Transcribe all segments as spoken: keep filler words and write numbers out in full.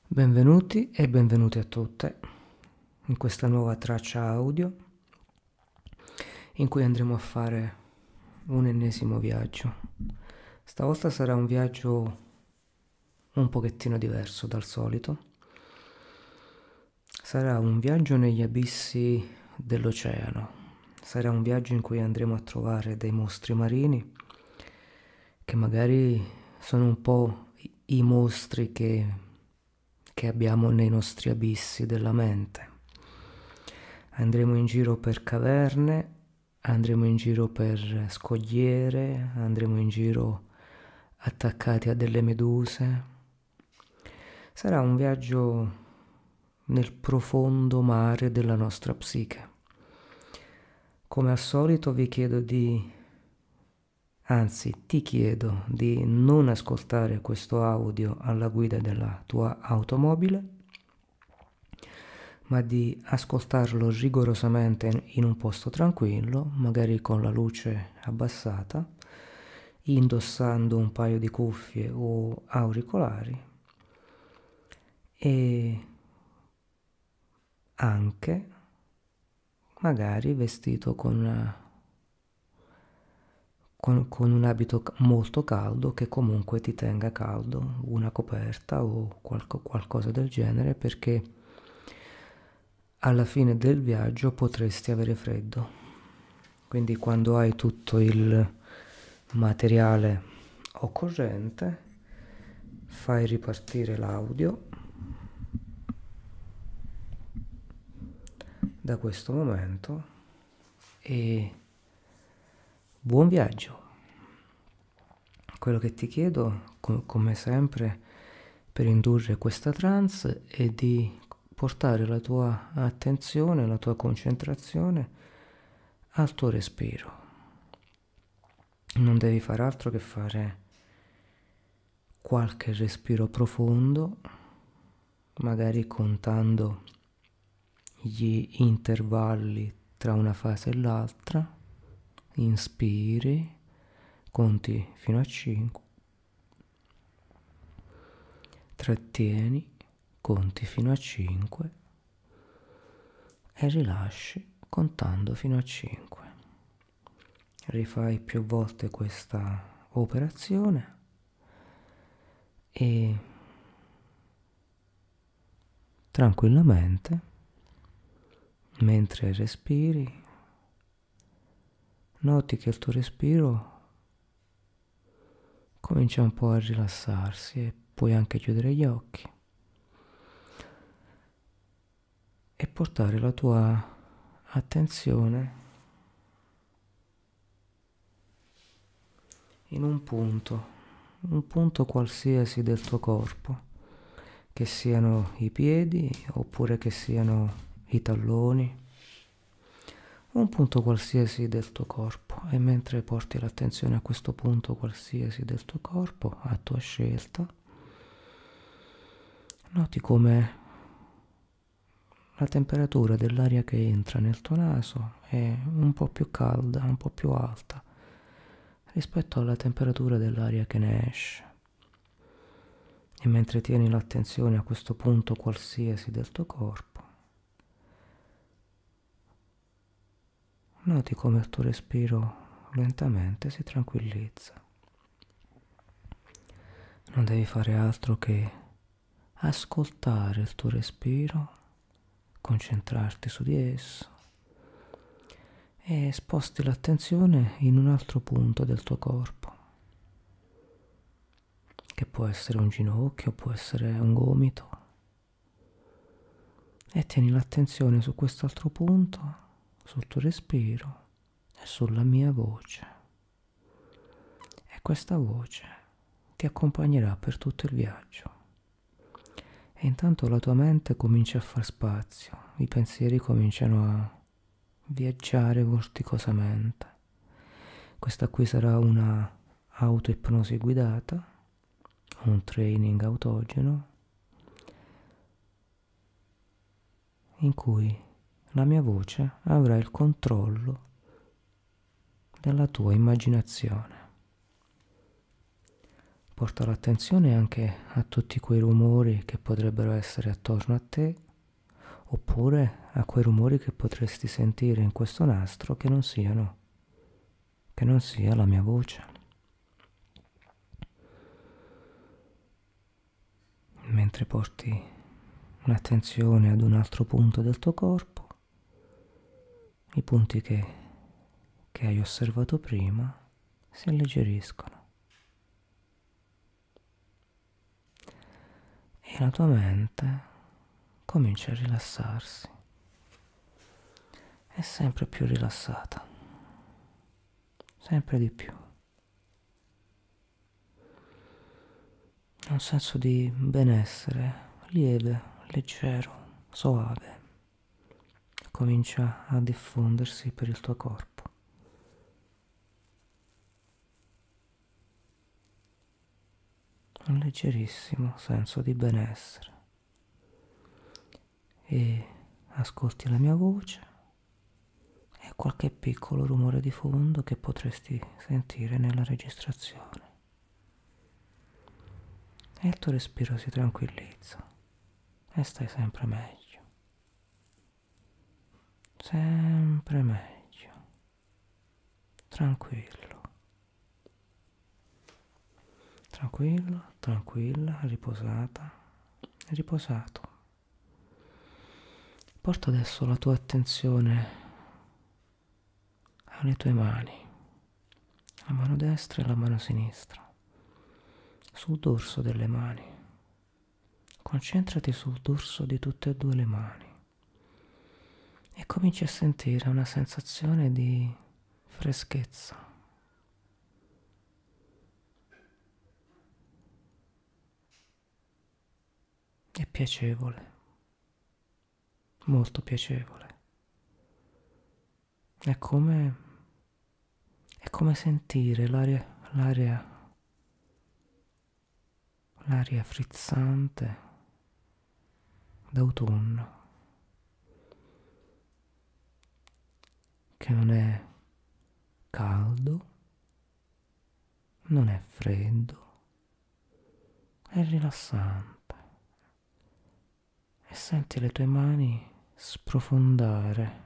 Benvenuti e benvenuti a tutte in questa nuova traccia audio in cui andremo a fare un ennesimo viaggio. Stavolta sarà un viaggio un pochettino diverso dal solito. Sarà un viaggio negli abissi dell'oceano. Sarà un viaggio in cui andremo a trovare dei mostri marini che magari sono un po' i mostri che, che abbiamo nei nostri abissi della mente. Andremo in giro per caverne, andremo in giro per scogliere, andremo in giro attaccati a delle meduse. Sarà un viaggio nel profondo mare della nostra psiche. Come al solito vi chiedo di, anzi ti chiedo di non ascoltare questo audio alla guida della tua automobile, ma di ascoltarlo rigorosamente in un posto tranquillo, magari con la luce abbassata, indossando un paio di cuffie o auricolari e anche magari vestito con, con, con un abito molto caldo che comunque ti tenga caldo, una coperta o qualco, qualcosa del genere, perché alla fine del viaggio potresti avere freddo. Quindi quando hai tutto il materiale occorrente, fai ripartire l'audio da questo momento e buon viaggio. Quello che ti chiedo, com- come sempre, per indurre questa trance è di portare la tua attenzione, la tua concentrazione al tuo respiro. Non devi fare altro che fare qualche respiro profondo, magari contando gli intervalli tra una fase e l'altra. Inspiri, conti fino a cinque, trattieni, conti fino a cinque e rilasci contando fino a cinque. Rifai più volte questa operazione e tranquillamente, mentre respiri, noti che il tuo respiro comincia un po' a rilassarsi e puoi anche chiudere gli occhi e portare la tua attenzione in un punto, un punto qualsiasi del tuo corpo, che siano i piedi oppure che siano i talloni, un punto qualsiasi del tuo corpo. E mentre porti l'attenzione a questo punto qualsiasi del tuo corpo, a tua scelta, noti come la temperatura dell'aria che entra nel tuo naso è un po' più calda, un po' più alta rispetto alla temperatura dell'aria che ne esce. E mentre tieni l'attenzione a questo punto qualsiasi del tuo corpo, noti come il tuo respiro lentamente si tranquillizza. Non devi fare altro che ascoltare il tuo respiro, concentrarti su di esso e sposti l'attenzione in un altro punto del tuo corpo, che può essere un ginocchio, può essere un gomito, e tieni l'attenzione su quest'altro punto, sul tuo respiro e sulla mia voce. E questa voce ti accompagnerà per tutto il viaggio. E intanto la tua mente comincia a far spazio, i pensieri cominciano a viaggiare vorticosamente. Questa qui sarà una autoipnosi guidata, un training autogeno, in cui la mia voce avrà il controllo della tua immaginazione. porta l'attenzione anche a tutti quei rumori che potrebbero essere attorno a te, oppure a quei rumori che potresti sentire in questo nastro che non siano, che non sia la mia voce. Mentre porti un'attenzione ad un altro punto del tuo corpo, i punti che, che hai osservato prima si alleggeriscono e la tua mente comincia a rilassarsi, è sempre più rilassata, sempre di più. Un senso di benessere lieve, leggero, soave comincia a diffondersi per il tuo corpo. Un leggerissimo senso di benessere. E ascolti la mia voce e qualche piccolo rumore di fondo che potresti sentire nella registrazione. E il tuo respiro si tranquillizza e stai sempre meglio. Sempre meglio. Tranquillo. Tranquillo, tranquilla, riposata, riposato. Porta adesso la tua attenzione alle tue mani, la mano destra e la mano sinistra, sul dorso delle mani. Concentrati sul dorso di tutte e due le mani e cominci a sentire una sensazione di freschezza. È piacevole, molto piacevole. È come, è come sentire l'aria, l'aria, l'aria frizzante d'autunno, che non è caldo, non è freddo, è rilassante. E senti le tue mani sprofondare,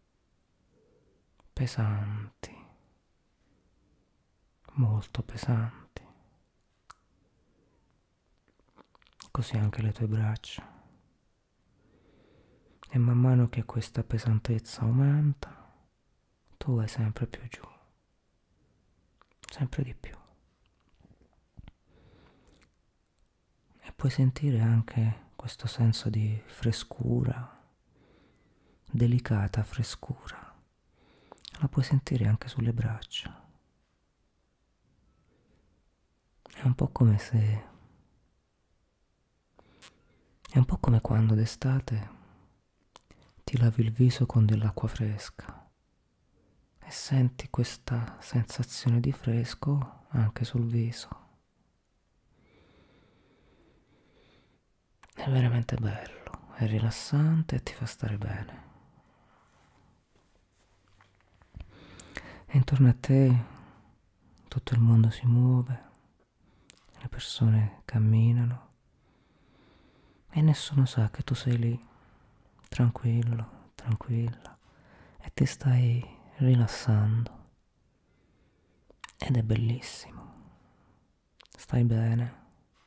pesanti, molto pesanti. Così anche le tue braccia. E man mano che questa pesantezza aumenta, tu vai sempre più giù, sempre di più. E puoi sentire anche questo senso di frescura, delicata frescura. La puoi sentire anche sulle braccia. È un po' come se... È un po' come quando d'estate ti lavi il viso con dell'acqua fresca e senti questa sensazione di fresco anche sul viso. È veramente bello, è rilassante e ti fa stare bene. E intorno a te tutto il mondo si muove, le persone camminano e nessuno sa che tu sei lì, tranquillo, tranquilla, e ti stai rilassando. Ed è bellissimo. Stai bene,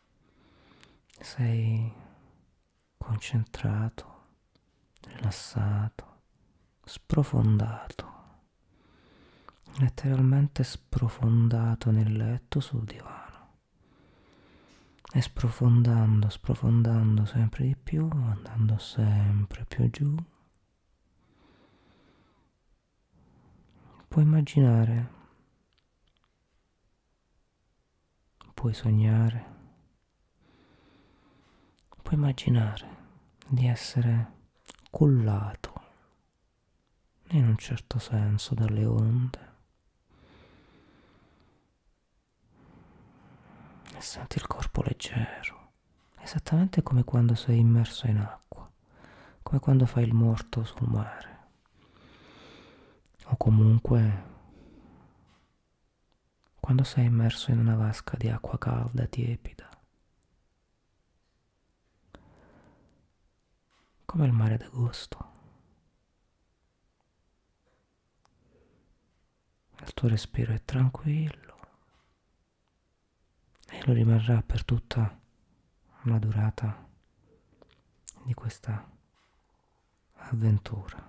sei concentrato, rilassato, sprofondato, letteralmente sprofondato nel letto sul divano. E sprofondando, sprofondando sempre di più, andando sempre più giù, puoi immaginare, puoi sognare, puoi immaginare di essere cullato in un certo senso dalle onde e senti il corpo leggero, esattamente come quando sei immerso in acqua, come quando fai il morto sul mare, o comunque quando sei immerso in una vasca di acqua calda, tiepida, come il mare d'agosto. Il tuo respiro è tranquillo e lo rimarrà per tutta la durata di questa avventura.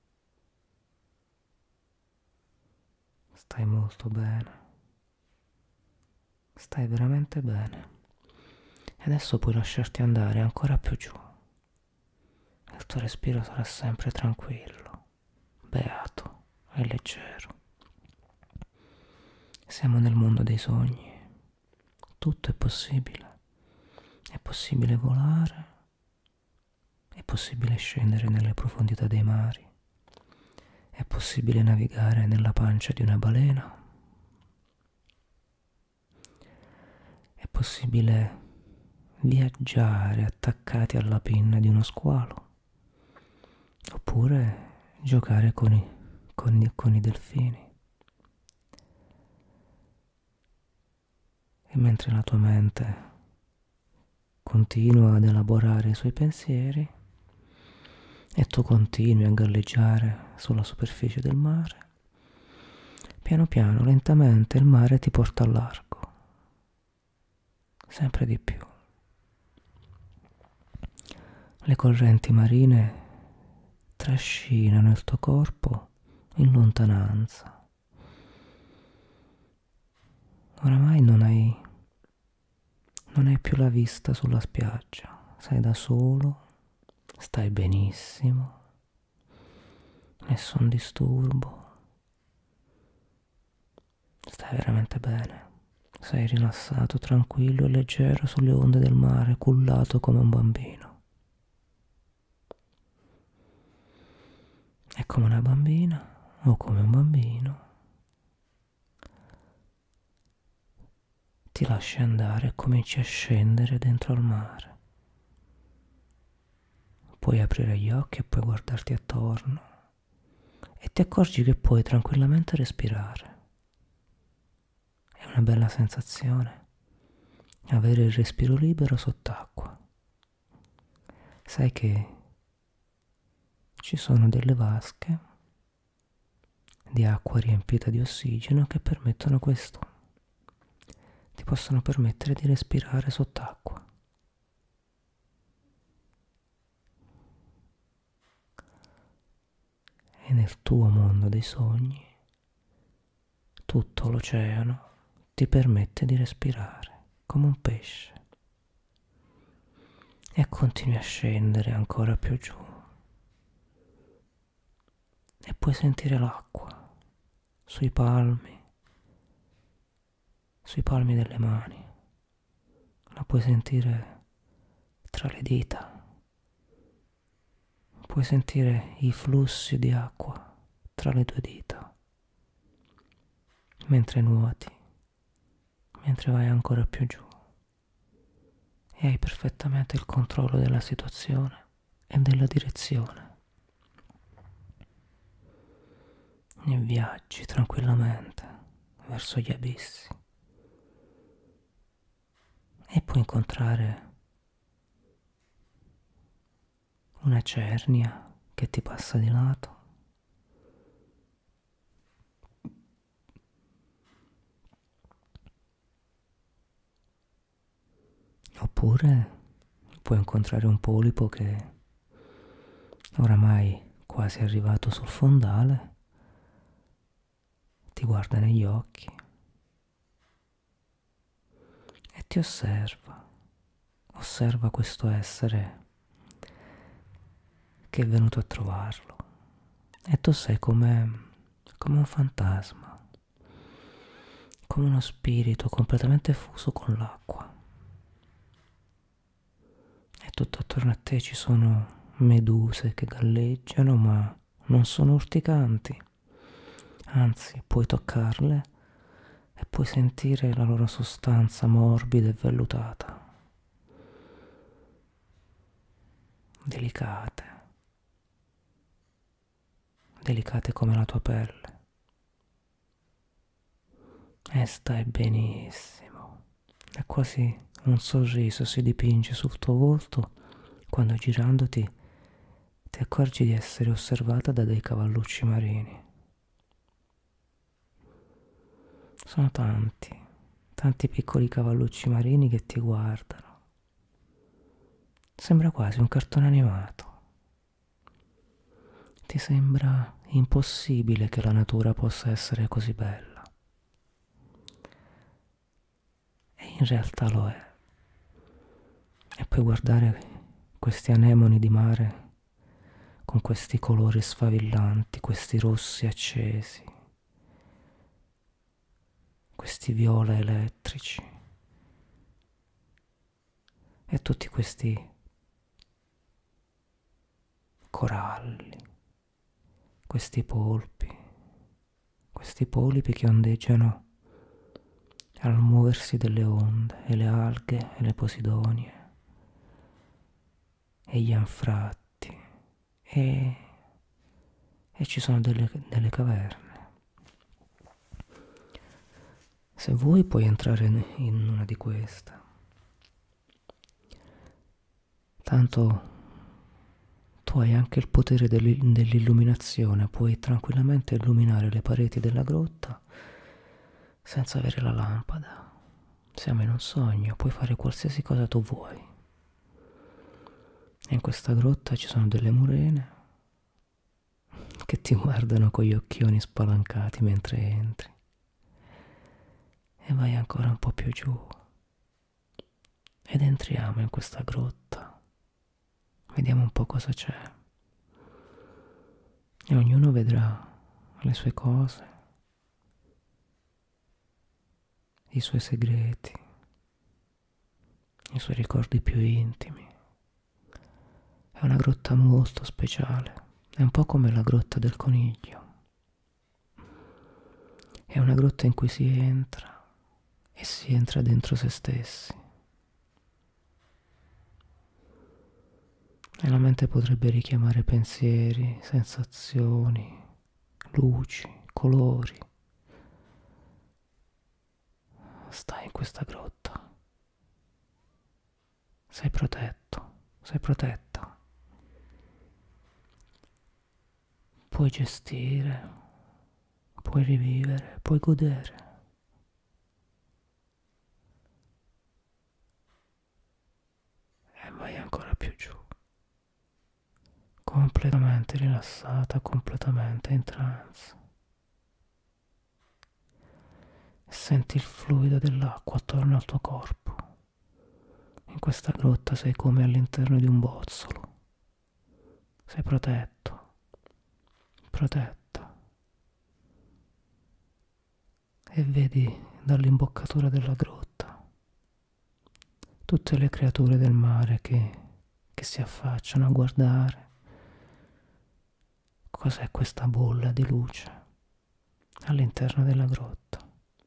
Stai molto bene, stai veramente bene e adesso puoi lasciarti andare ancora più giù. Il tuo respiro sarà sempre tranquillo, beato e leggero. Siamo nel mondo dei sogni, tutto è possibile, è possibile volare, è possibile scendere nelle profondità dei mari, è possibile navigare nella pancia di una balena, è possibile viaggiare attaccati alla pinna di uno squalo, oppure giocare con i, con i, con i delfini. E mentre la tua mente continua ad elaborare i suoi pensieri e tu continui a galleggiare sulla superficie del mare, piano piano, lentamente il mare ti porta al largo, sempre di più. Le correnti marine trascinano il tuo corpo in lontananza. Oramai non hai, non hai più la vista sulla spiaggia, sei da solo, stai benissimo, nessun disturbo, stai veramente bene, sei rilassato, tranquillo e leggero sulle onde del mare, cullato come un bambino. E come una bambina o come un bambino ti lasci andare e cominci a scendere dentro al mare. Puoi aprire gli occhi e puoi guardarti attorno e ti accorgi che puoi tranquillamente respirare. È una bella sensazione avere il respiro libero sott'acqua. Sai che ci sono delle vasche di acqua riempita di ossigeno che permettono questo. Ti possono permettere di respirare sott'acqua. E nel tuo mondo dei sogni, tutto l'oceano ti permette di respirare come un pesce. E continui a scendere ancora più giù. E puoi sentire l'acqua sui palmi, sui palmi delle mani. La puoi sentire tra le dita. Puoi sentire i flussi di acqua tra le tue dita. Mentre nuoti, mentre vai ancora più giù. E hai perfettamente il controllo della situazione e della direzione. E viaggi tranquillamente verso gli abissi. E puoi incontrare una cernia che ti passa di lato. Oppure puoi incontrare un polipo che oramai quasi arrivato sul fondale ti guarda negli occhi e ti osserva. Osserva questo essere che è venuto a trovarlo e tu sei come, come un fantasma, come uno spirito completamente fuso con l'acqua. E tutto attorno a te ci sono meduse che galleggiano, ma non sono urticanti. Anzi, puoi toccarle e puoi sentire la loro sostanza morbida e vellutata. Delicate. Delicate come la tua pelle. E stai benissimo. È quasi un sorriso si dipinge sul tuo volto quando girandoti ti accorgi di essere osservata da dei cavallucci marini. Sono tanti, tanti piccoli cavallucci marini che ti guardano. Sembra quasi un cartone animato. Ti sembra impossibile che la natura possa essere così bella. E in realtà lo è. E puoi guardare questi anemoni di mare con questi colori sfavillanti, questi rossi accesi, questi viola elettrici e tutti questi coralli, questi polpi, questi polipi che ondeggiano al muoversi delle onde, e le alghe e le posidonie e gli anfratti e, e ci sono delle, delle caverne. Se vuoi puoi entrare in una di queste. Tanto tu hai anche il potere dell'illuminazione, puoi tranquillamente illuminare le pareti della grotta senza avere la lampada. Siamo in un sogno, puoi fare qualsiasi cosa tu vuoi. E in questa grotta ci sono delle murene che ti guardano con gli occhioni spalancati mentre entri. E vai ancora un po' più giù. Ed entriamo in questa grotta. Vediamo un po' cosa c'è. E ognuno vedrà le sue cose, i suoi segreti, i suoi ricordi più intimi. È una grotta molto speciale. È un po' come la grotta del coniglio. È una grotta in cui si entra e si entra dentro se stessi. E la mente potrebbe richiamare pensieri, sensazioni, luci, colori. Stai in questa grotta. Sei protetto, sei protetta. Puoi gestire, puoi rivivere, puoi godere. E vai ancora più giù. Completamente rilassata, completamente in trance. Senti il fluido dell'acqua attorno al tuo corpo. In questa grotta sei come all'interno di un bozzolo. Sei protetto, protetta. E vedi dall'imboccatura della grotta tutte le creature del mare che, che si affacciano a guardare. Cos'è questa bolla di luce all'interno della grotta?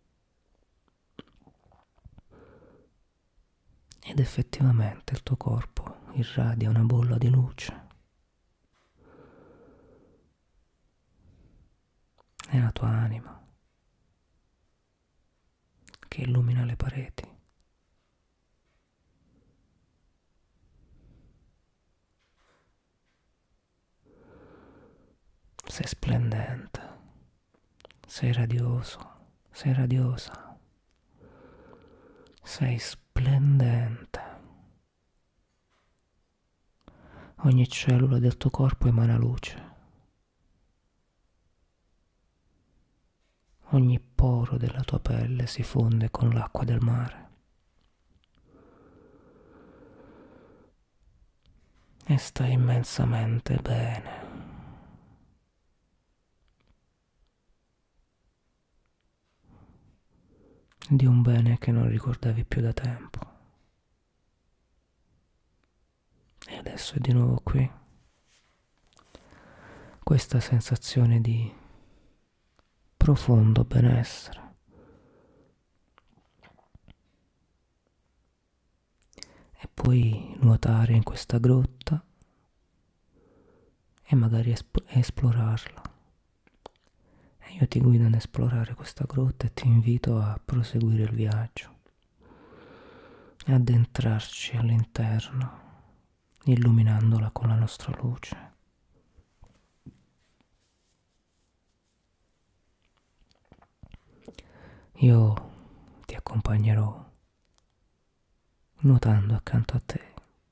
Ed effettivamente il tuo corpo irradia una bolla di luce. È la tua anima che illumina le pareti. Sei splendente, sei radioso, sei radiosa, sei splendente. Ogni cellula del tuo corpo emana luce. Ogni poro della tua pelle si fonde con l'acqua del mare. E stai immensamente bene. Di un bene che non ricordavi più da tempo. E adesso è di nuovo qui. Questa sensazione di profondo benessere. E puoi nuotare in questa grotta e magari esp- esplorarla. Io ti guido ad esplorare questa grotta e ti invito a proseguire il viaggio, ad entrarci all'interno, illuminandola con la nostra luce. Io ti accompagnerò nuotando accanto a te.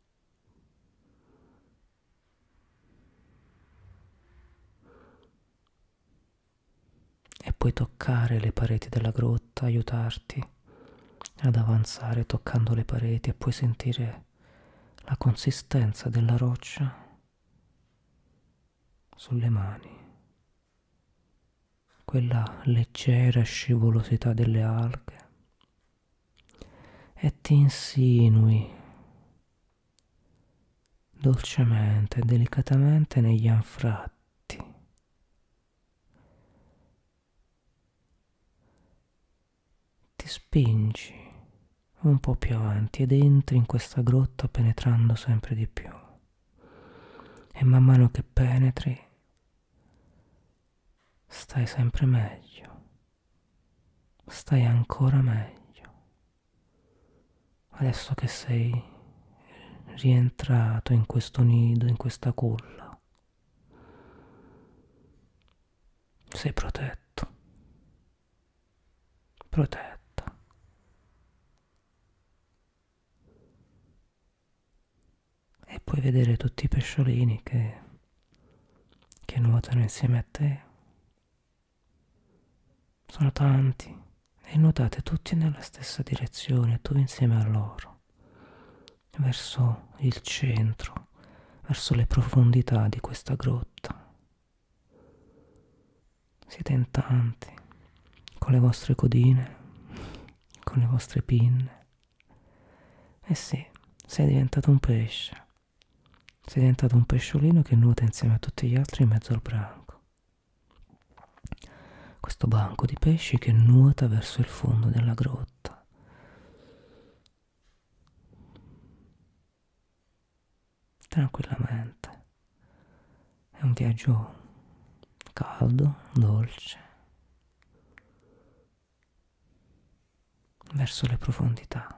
E puoi toccare le pareti della grotta, aiutarti ad avanzare toccando le pareti e puoi sentire la consistenza della roccia sulle mani, quella leggera scivolosità delle alghe e ti insinui dolcemente e delicatamente negli anfratti. Ti spingi un po' più avanti ed entri in questa grotta penetrando sempre di più. E man mano che penetri stai sempre meglio, stai ancora meglio. Adesso che sei rientrato in questo nido, in questa culla, sei protetto, protetta. E puoi vedere tutti i pesciolini che, che nuotano insieme a te. Sono tanti e nuotate tutti nella stessa direzione, tu insieme a loro, verso il centro, verso le profondità di questa grotta. Siete in tanti, con le vostre codine, con le vostre pinne. Eh sì, sei diventato un pesce. Sei diventato un pesciolino che nuota insieme a tutti gli altri in mezzo al branco. Questo banco di pesci che nuota verso il fondo della grotta. Tranquillamente. È un viaggio caldo, dolce, verso le profondità.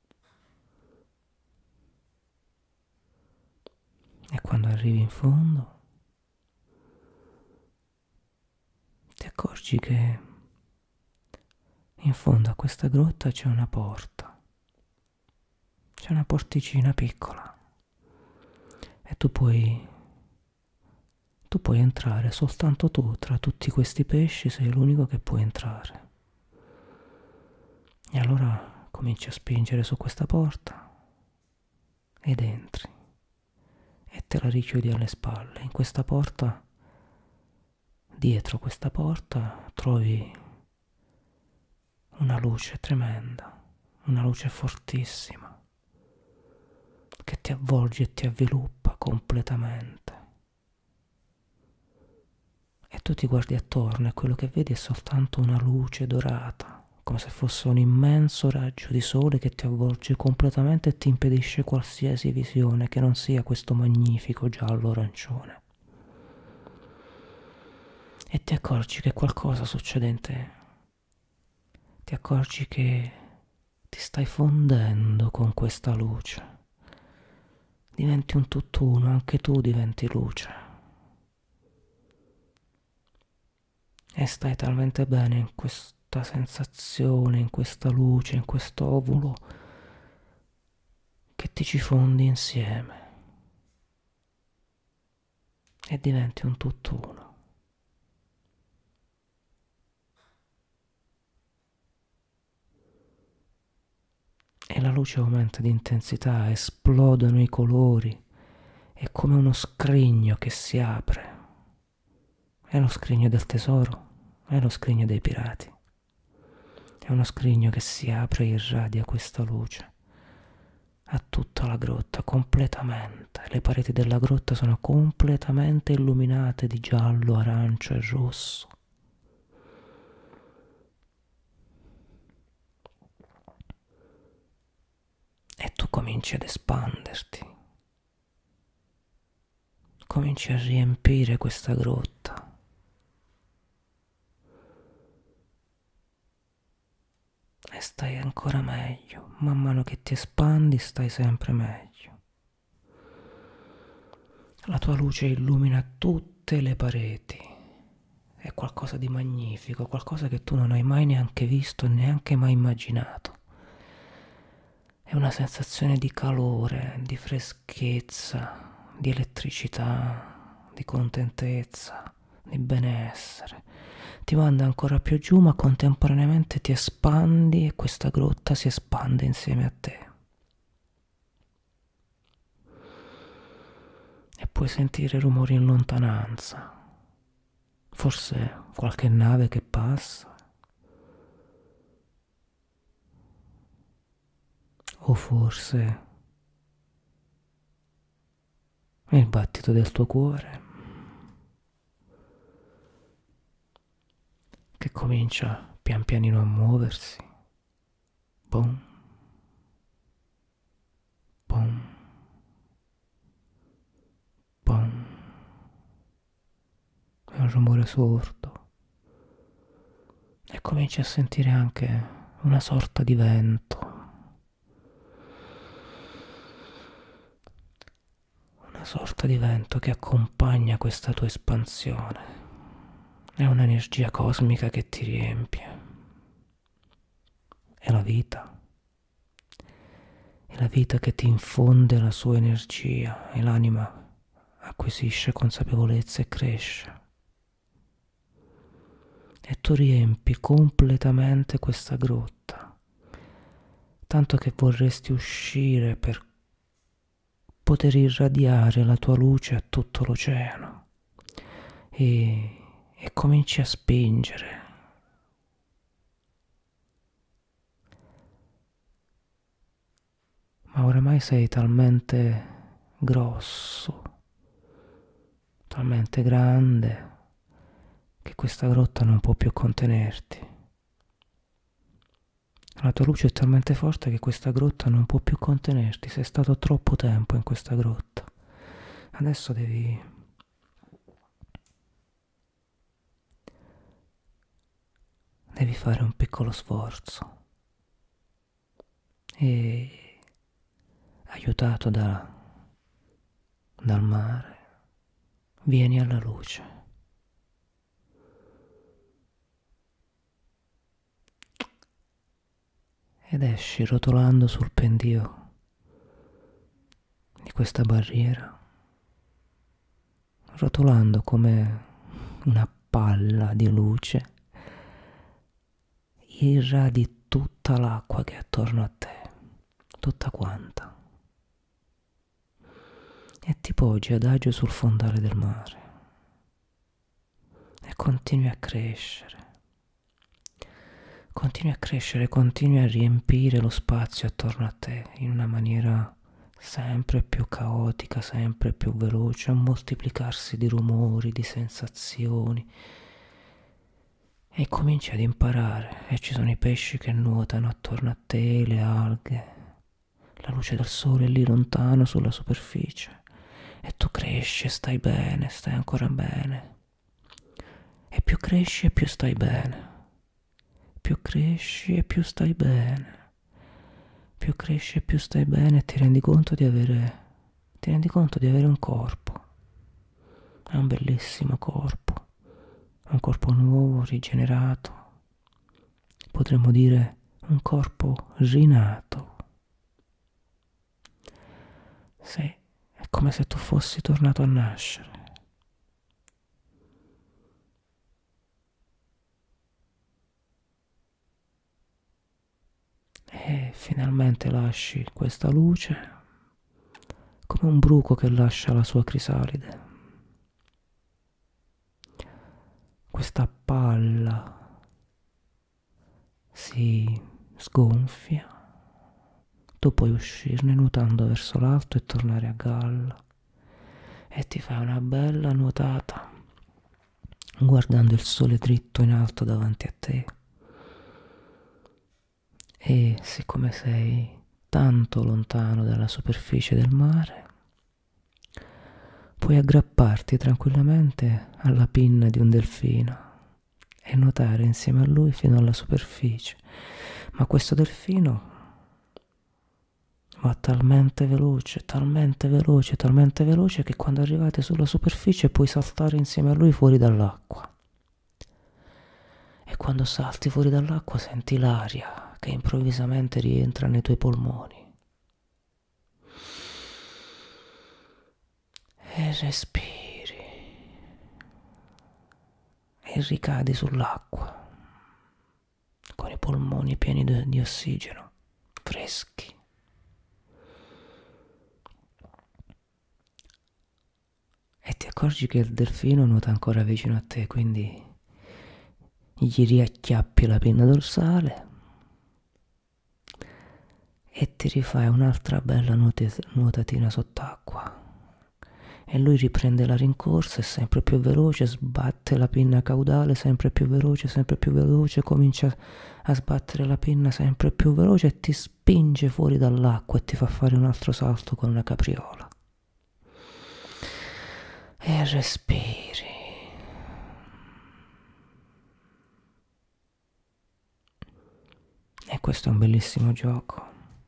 E quando arrivi in fondo ti accorgi che in fondo a questa grotta c'è una porta, c'è una porticina piccola e tu puoi, tu puoi entrare, soltanto tu tra tutti questi pesci sei l'unico che può entrare. E allora cominci a spingere su questa porta ed entri e te la richiudi alle spalle. In questa porta, dietro questa porta, trovi una luce tremenda, una luce fortissima che ti avvolge e ti avviluppa completamente. E tu ti guardi attorno e quello che vedi è soltanto una luce dorata, come se fosse un immenso raggio di sole che ti avvolge completamente e ti impedisce qualsiasi visione che non sia questo magnifico giallo-arancione. E ti accorgi che qualcosa succede in te. Ti accorgi che ti stai fondendo con questa luce. Diventi un tutt'uno, anche tu diventi luce. E stai talmente bene in questa sensazione, in questa luce, in questo ovulo, che ti ci fondi insieme e diventi un tutt'uno. E la luce aumenta di intensità, esplodono i colori, è come uno scrigno che si apre. È lo scrigno del tesoro, è lo scrigno dei pirati. È uno scrigno che si apre e irradia questa luce a tutta la grotta, completamente. Le pareti della grotta sono completamente illuminate di giallo, arancio e rosso. E tu cominci ad espanderti. Cominci a riempire questa grotta. stai ancora meglio, man mano che ti espandi stai sempre meglio. La tua luce illumina tutte le pareti, è qualcosa di magnifico, qualcosa che tu non hai mai neanche visto e neanche mai immaginato. È una sensazione di calore, di freschezza, di elettricità, di contentezza, di benessere. Ti manda ancora più giù, ma contemporaneamente ti espandi e questa grotta si espande insieme a te. E puoi sentire rumori in lontananza, forse qualche nave che passa, o forse il battito del tuo cuore che comincia pian pianino a muoversi. Boom, boom, boom. È un rumore sordo e cominci a sentire anche una sorta di vento. Una sorta di vento che accompagna questa tua espansione. È un'energia cosmica che ti riempie. È la vita. È la vita che ti infonde la sua energia e l'anima acquisisce consapevolezza e cresce. E tu riempi completamente questa grotta, tanto che vorresti uscire per poter irradiare la tua luce a tutto l'oceano e, e cominci a spingere. Ma oramai sei talmente grosso, talmente grande, che questa grotta non può più contenerti. La tua luce è talmente forte che questa grotta non può più contenerti. Sei stato troppo tempo in questa grotta. Adesso devi... devi fare un piccolo sforzo. E aiutato da, dal mare, vieni alla luce. Ed esci rotolando sul pendio di questa barriera, rotolando come una palla di luce, irradi tutta l'acqua che è attorno a te, tutta quanta, e ti poggi adagio sul fondale del mare e continui a crescere. Continui a crescere, continui a riempire lo spazio attorno a te in una maniera sempre più caotica, sempre più veloce, un moltiplicarsi di rumori, di sensazioni. E cominci ad imparare, e ci sono i pesci che nuotano attorno a te, le alghe, la luce del sole è lì lontano sulla superficie, e tu cresci e stai bene, stai ancora bene. E più cresci e più stai bene. Più cresci e più stai bene, più cresci e più stai bene e ti rendi conto di avere, ti rendi conto di avere un corpo, è un bellissimo corpo, un corpo nuovo, rigenerato, potremmo dire un corpo rinato. Sì, è come se tu fossi tornato a nascere. E finalmente lasci questa luce come un bruco che lascia la sua crisalide. Questa palla si sgonfia, tu puoi uscirne nuotando verso l'alto e tornare a galla e ti fai una bella nuotata guardando il sole dritto in alto davanti a te. E siccome sei tanto lontano dalla superficie del mare, puoi aggrapparti tranquillamente alla pinna di un delfino e nuotare insieme a lui fino alla superficie, Ma questo delfino va talmente veloce, talmente veloce, talmente veloce che quando arrivate sulla superficie puoi saltare insieme a lui fuori dall'acqua. E quando salti fuori dall'acqua senti l'aria che improvvisamente rientra nei tuoi polmoni. E respiri. E ricadi sull'acqua con i polmoni pieni di ossigeno, freschi. E ti accorgi che il delfino nuota ancora vicino a te, quindi gli riacchiappi la pinna dorsale e ti rifai un'altra bella nuotatina sott'acqua. E lui riprende la rincorsa, è sempre più veloce, sbatte la pinna caudale sempre più veloce, sempre più veloce, comincia a sbattere la pinna sempre più veloce e ti spinge fuori dall'acqua e ti fa fare un altro salto con una capriola. E respiri. E questo è un bellissimo gioco.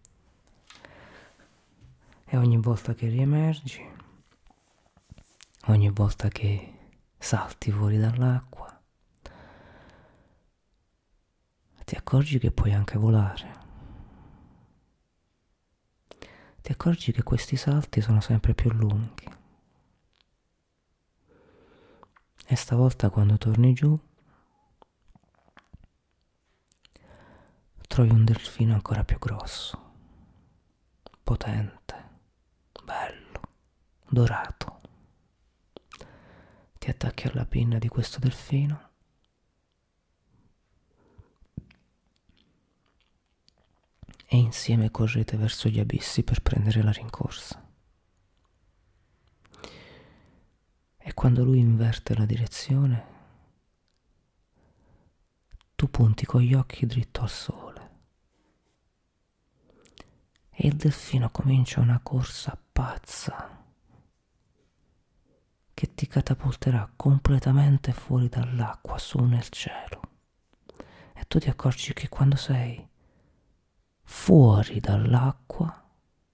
E ogni volta che riemergi, ogni volta che salti fuori dall'acqua, ti accorgi che puoi anche volare. Ti accorgi che questi salti sono sempre più lunghi. E stavolta quando torni giù, trovi un delfino ancora più grosso, potente, bello, dorato. Ti attacchi alla pinna di questo delfino e insieme correte verso gli abissi per prendere la rincorsa. E quando lui inverte la direzione, tu punti con gli occhi dritto al sole. E il delfino comincia una corsa pazza che ti catapulterà completamente fuori dall'acqua, su nel cielo. E tu ti accorgi che quando sei fuori dall'acqua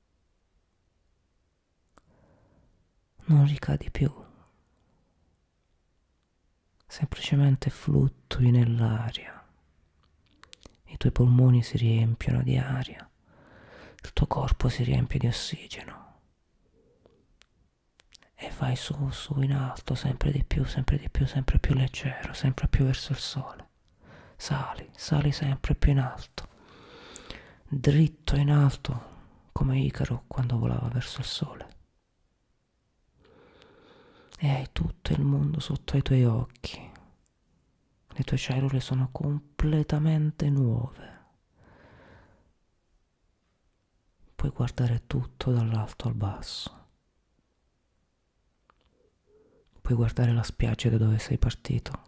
non ricadi più, semplicemente fluttui nell'aria, i tuoi polmoni si riempiono di aria, il tuo corpo si riempie di ossigeno e vai su, su in alto, sempre di più, sempre di più, sempre più leggero, sempre più verso il sole. Sali, sali sempre più in alto, dritto in alto come Icaro quando volava verso il sole. E hai tutto il mondo sotto ai tuoi occhi. Le tue cellule sono completamente nuove. Puoi guardare tutto dall'alto al basso. Puoi guardare la spiaggia da dove sei partito.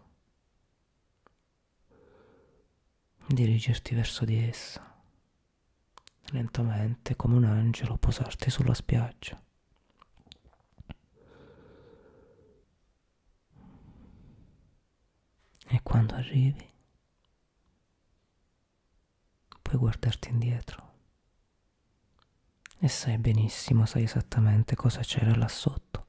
Dirigerti verso di essa. Lentamente, come un angelo, posarti sulla spiaggia. E quando arrivi, puoi guardarti indietro. E sai benissimo, sai esattamente cosa c'era là sotto.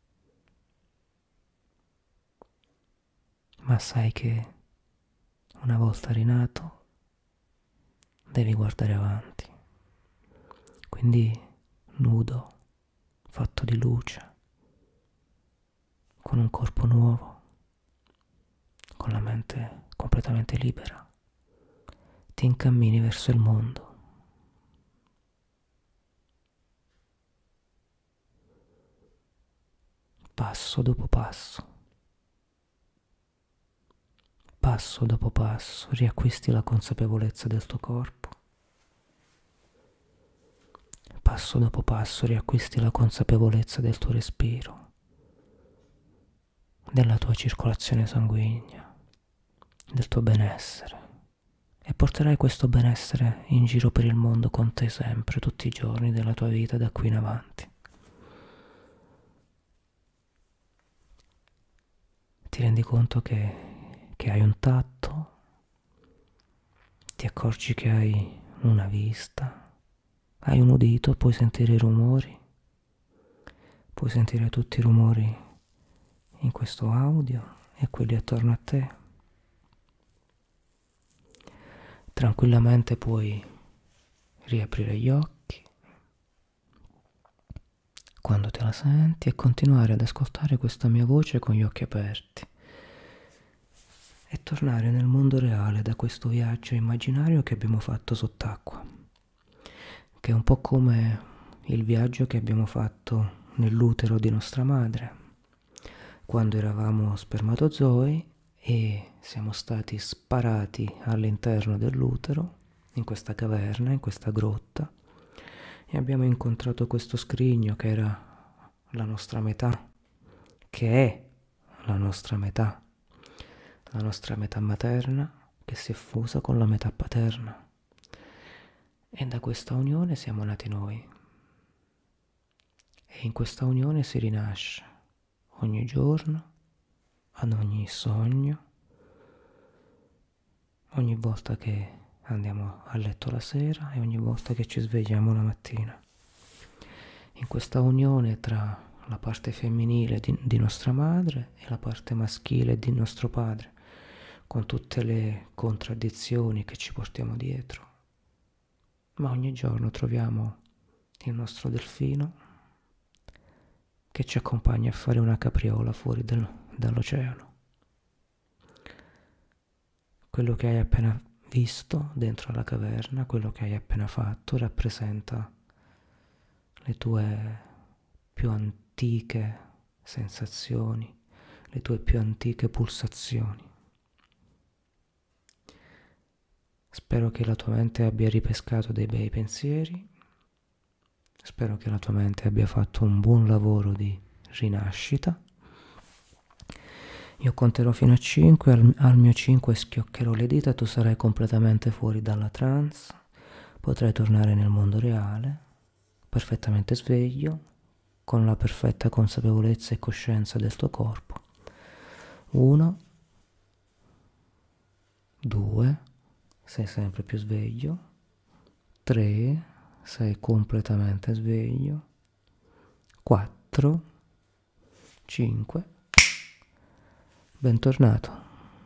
Ma sai che una volta rinato devi guardare avanti. Quindi nudo, fatto di luce, con un corpo nuovo, con la mente completamente libera, ti incammini verso il mondo. Passo dopo passo, passo dopo passo, riacquisti la consapevolezza del tuo corpo. Passo dopo passo riacquisti la consapevolezza del tuo respiro, della tua circolazione sanguigna, del tuo benessere. E porterai questo benessere in giro per il mondo con te sempre, tutti i giorni della tua vita da qui in avanti. Ti rendi conto che, che hai un tatto, ti accorgi che hai una vista, hai un udito, puoi sentire i rumori, puoi sentire tutti i rumori in questo audio e quelli attorno a te. Tranquillamente puoi riaprire gli occhi quando te la senti e continuare ad ascoltare questa mia voce con gli occhi aperti e tornare nel mondo reale da questo viaggio immaginario che abbiamo fatto sott'acqua, che è un po' come il viaggio che abbiamo fatto nell'utero di nostra madre, quando eravamo spermatozoi e siamo stati sparati all'interno dell'utero, in questa caverna, in questa grotta, e abbiamo incontrato questo scrigno che era la nostra metà, che è la nostra metà, la nostra metà materna che si è fusa con la metà paterna. E da questa unione siamo nati noi. E in questa unione si rinasce ogni giorno, ad ogni sogno, ogni volta che andiamo a letto la sera e ogni volta che ci svegliamo la mattina. In questa unione tra la parte femminile di, di nostra madre e la parte maschile di nostro padre, con tutte le contraddizioni che ci portiamo dietro. Ma ogni giorno troviamo il nostro delfino che ci accompagna a fare una capriola fuori del, dall'oceano. Quello che hai appena visto dentro la caverna, quello che hai appena fatto, rappresenta le tue più antiche sensazioni, le tue più antiche pulsazioni. Spero che la tua mente abbia ripescato dei bei pensieri, spero che la tua mente abbia fatto un buon lavoro di rinascita. Io conterò fino a cinque, al, al mio cinque schioccherò le dita, tu sarai completamente fuori dalla trance, potrai tornare nel mondo reale, perfettamente sveglio, con la perfetta consapevolezza e coscienza del tuo corpo. Uno, due, sei sempre più sveglio, tre, sei completamente sveglio, quattro, cinque, bentornato.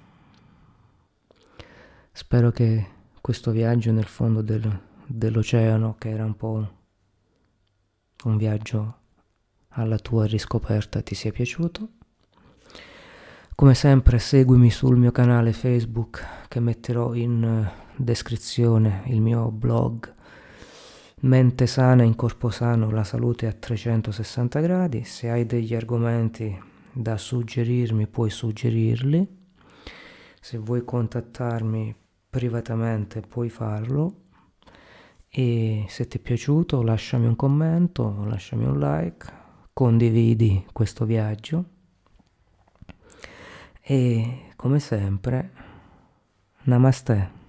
Spero che questo viaggio nel fondo del, dell'oceano, che era un po' un viaggio alla tua riscoperta, ti sia piaciuto. Come sempre seguimi sul mio canale Facebook, che metterò in descrizione, il mio blog Mente sana in corpo sano, la salute a trecentosessanta gradi. Se hai degli argomenti da suggerirmi puoi suggerirli, se vuoi contattarmi privatamente puoi farlo, e se ti è piaciuto lasciami un commento, lasciami un like, condividi questo viaggio e come sempre, namaste.